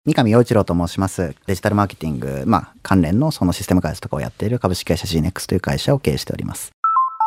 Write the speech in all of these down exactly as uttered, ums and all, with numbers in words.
三上陽一郎と申します。デジタルマーケティング、まあ、関連のそのシステム開発とかをやっている株式会社 ジーネックス という会社を経営しております。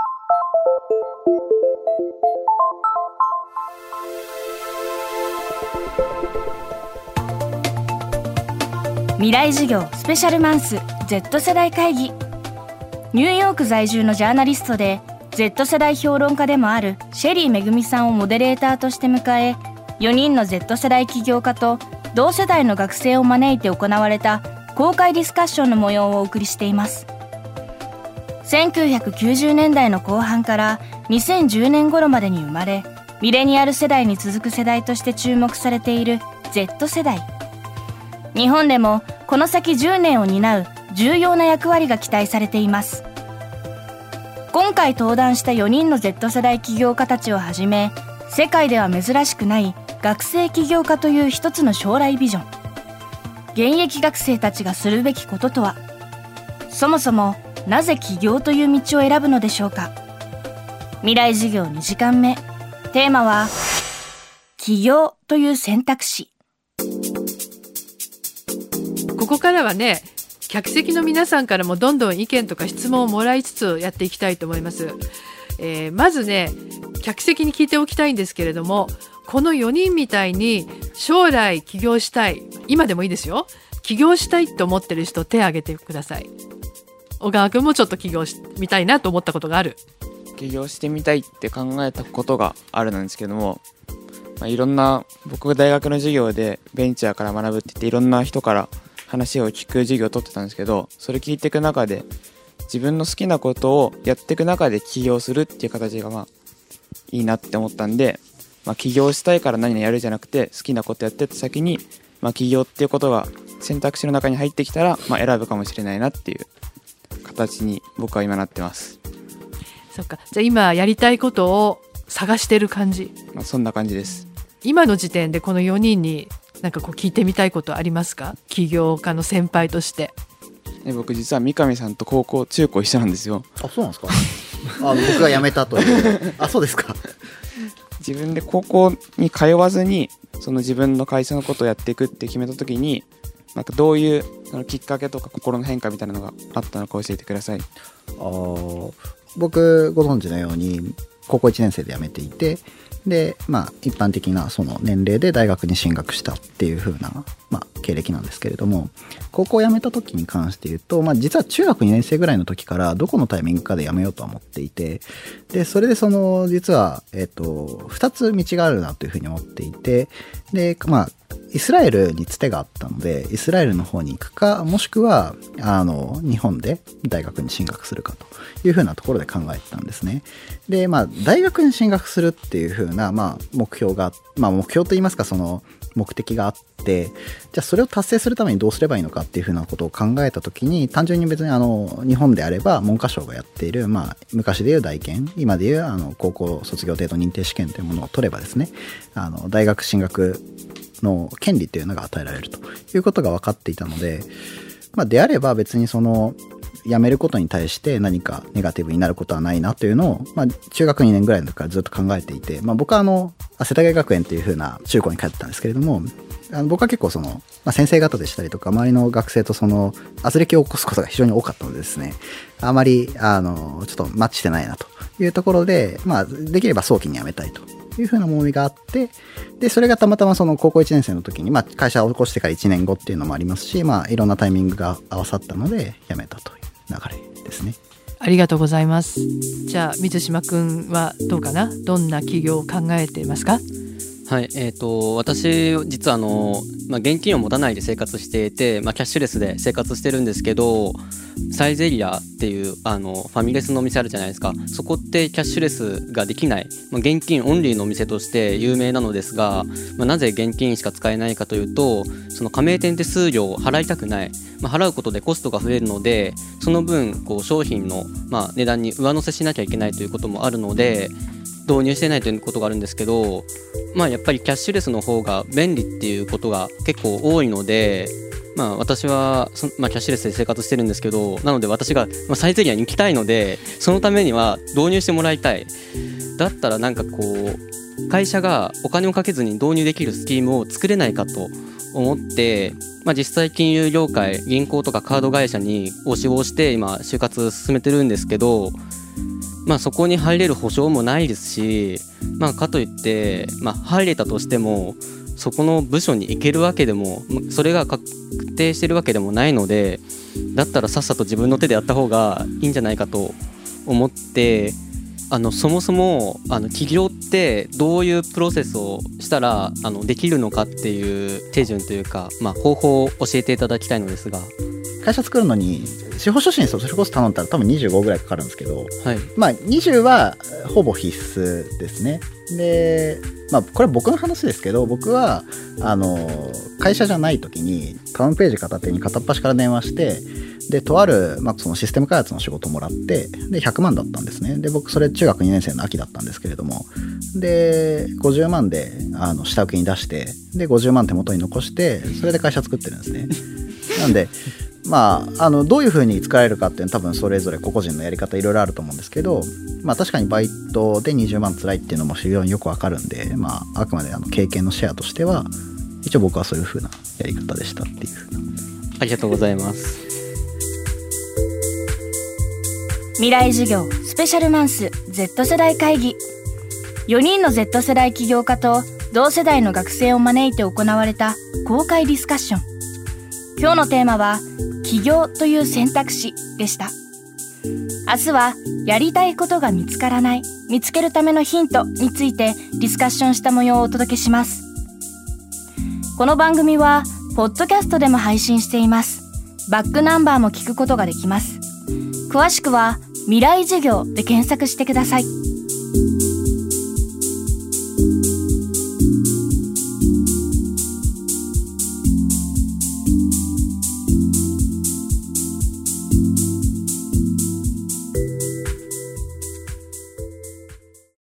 未来事業スペシャルマンス Z 世代会議。ニューヨーク在住のジャーナリストで Z 世代評論家でもあるシェリーめぐみさんをモデレーターとして迎え、よにんの Z 世代起業家と同世代の学生を招いて行われた公開ディスカッションの模様をお送りしています。せんきゅうひゃくきゅうじゅうねんだいの後半からにせんじゅうねん頃までに生まれ、ミレニアル世代に続く世代として注目されている Z 世代。日本でもこの先じゅうねんを担う重要な役割が期待されています。今回登壇したよにんの Z 世代起業家たちをはじめ、世界では珍しくない学生起業家という一つの将来ビジョン。現役学生たちがするべきこととは。そもそもなぜ起業という道を選ぶのでしょうか。未来事業にじかんめ、テーマは起業という選択肢。 ここからはね、客席の皆さんからもどんどん意見とか質問をもらいつつやっていきたいと思います。えー、まずね、客席に聞いておきたいんですけれども、このよにんみたいに将来起業したい、今でもいいですよ、起業したいと思ってる人手を挙げてください。小川君もちょっと起業してみたいなと思ったことがある？ 起業してみたいって考えたことがあるんですけども、まあ、いろんな、僕が大学の授業でベンチャーから学ぶって言っていろんな人から話を聞く授業を取ってたんですけど、それ聞いていく中で自分の好きなことをやっていく中で起業するっていう形がまあいいなって思ったんで、まあ、起業したいから何々やるじゃなくて、好きなことやってって先に、まあ、起業っていうことが選択肢の中に入ってきたら、まあ、選ぶかもしれないなっていう形に僕は今なってます。 そっか、じゃあ今やりたいことを探してる感じ？ まあ、そんな感じです。 今の時点でこのよにんになんかこう聞いてみたいことありますか？起業家の先輩として。 僕実は三上さんと高校中高一緒なんですよ。 あ、そうなんですか。あ、僕が辞めたというあ、そうですか。 自分で高校に通わずにその自分の会社のことをやっていくって決めた時に、なんかどういうそのきっかけとか心の変化みたいなのがあったのか教えてください。 あ、僕ご存知のように高校いちねん生で辞めていて、で、まあ、一般的なその年齢で大学に進学したっていう風な、まあ、経歴なんですけれども、高校を辞めた時に関して言うと、まあ、実は中学にねん生ぐらいの時からどこのタイミングかで辞めようとは思っていて、で、それでその実は、えっと、二つ道があるなというふうに思っていて、で、まあ、イスラエルにつてがあったので、イスラエルの方に行くか、もしくは、あの、日本で大学に進学するかというふうなところで考えてたんですね。で、まあ、大学に進学するっていうふうな、まあ、目標が、まあ、目標といいますか、その、目的があって、じゃあそれを達成するためにどうすればいいのかっていうふうなことを考えたときに、単純に別にあの日本であれば文科省がやっている、まあ、昔でいう大検、今でいうあの高校卒業程度認定試験というものを取ればですね、あの大学進学の権利というのが与えられるということが分かっていたので、まあ、であれば別にその辞めることに対して何かネガティブになることはないなというのを、まあ、中学にねんぐらいの時からずっと考えていて、まあ、僕はあの世田谷学園という風な中高に通ってたんですけれども、あの僕は結構その、まあ、先生方でしたりとか周りの学生とその圧力を起こすことが非常に多かったのでですね、あまりあのちょっとマッチしてないなというところで、まあ、できれば早期に辞めたいという風な思いがあって、でそれがたまたまその高校いちねん生の時に、まあ、会社を起こしてからいちねんごっていうのもありますし、まあ、いろんなタイミングが合わさったので辞めたという流れですね。 ありがとうございます。じゃあ水島くんはどうかな、どんな起業を考えていますか？ はい、えーと、私実はあの、まあ、現金を持たないで生活していて、まあ、キャッシュレスで生活してるんですけど、サイゼリアっていうあのファミレスのお店あるじゃないですか。そこってキャッシュレスができない、まあ、現金オンリーのお店として有名なのですが、まあ、なぜ現金しか使えないかというと、その加盟店手数料を払いたくない、まあ、払うことでコストが増えるので、その分こう商品の、まあ、値段に上乗せしなきゃいけないということもあるので導入してないということがあるんですけど、まあ、やっぱりキャッシュレスの方が便利っていうことが結構多いので、 まあ、私はそ、まあ、キャッシュレスで生活してるんですけど、なので私がまあサイゼリヤに行きたいので、そのためには導入してもらいたい。だったらなんかこう会社がお金をかけずに導入できるスキームを作れないかと思って、まあ、実際金融業界、銀行とかカード会社に応募して今就活進めてるんですけど、まあ、そこに入れる保証もないですし、まあ、かといって、まあ、入れたとしてもそこの部署に行けるわけでも、それが確定してるわけでもないので、だったらさっさと自分の手でやった方がいいんじゃないかと思って、あのそもそもあの起業ってどういうプロセスをしたらあのできるのかっていう手順というか、まあ、方法を教えていただきたいのですが。 会社作るのに司法書士にそれこそ頼んだら多分にじゅうごぐらいかかるんですけど、 はい、 まあにじゅうはほぼ必須ですね。で、まあこれは僕の話ですけど、僕はあの会社じゃない時にタウンページ片手に片っ端から電話して、でとある、まあ、そのシステム開発の仕事をもらって、でひゃくまんだったんですね。で僕それ中学にねん生の秋だったんですけれども、でごじゅうまんであの下請けに出して、でごじゅうまん手元に残して、それで会社作ってるんですね。なんでまあ、あのどういう風に使えるかっていうのは多分それぞれ個々人のやり方いろいろあると思うんですけど、まあ、確かにバイトでにじゅうまん辛いっていうのも非常によくわかるんで、まあ、あくまであの経験のシェアとしては一応僕はそういう風なやり方でしたっていう風な。 ありがとうございます。 未来事業スペシャルマンス Z 世代会議。よにんの Z 世代起業家と同世代の学生を招いて行われた公開ディスカッション。今日のテーマは起業という選択肢でした。明日はやりたいことが見つからない、見つけるためのヒントについてディスカッションした模様をお届けします。この番組はポッドキャストでも配信しています。バックナンバーも聞くことができます。詳しくは未来事業で検索してください。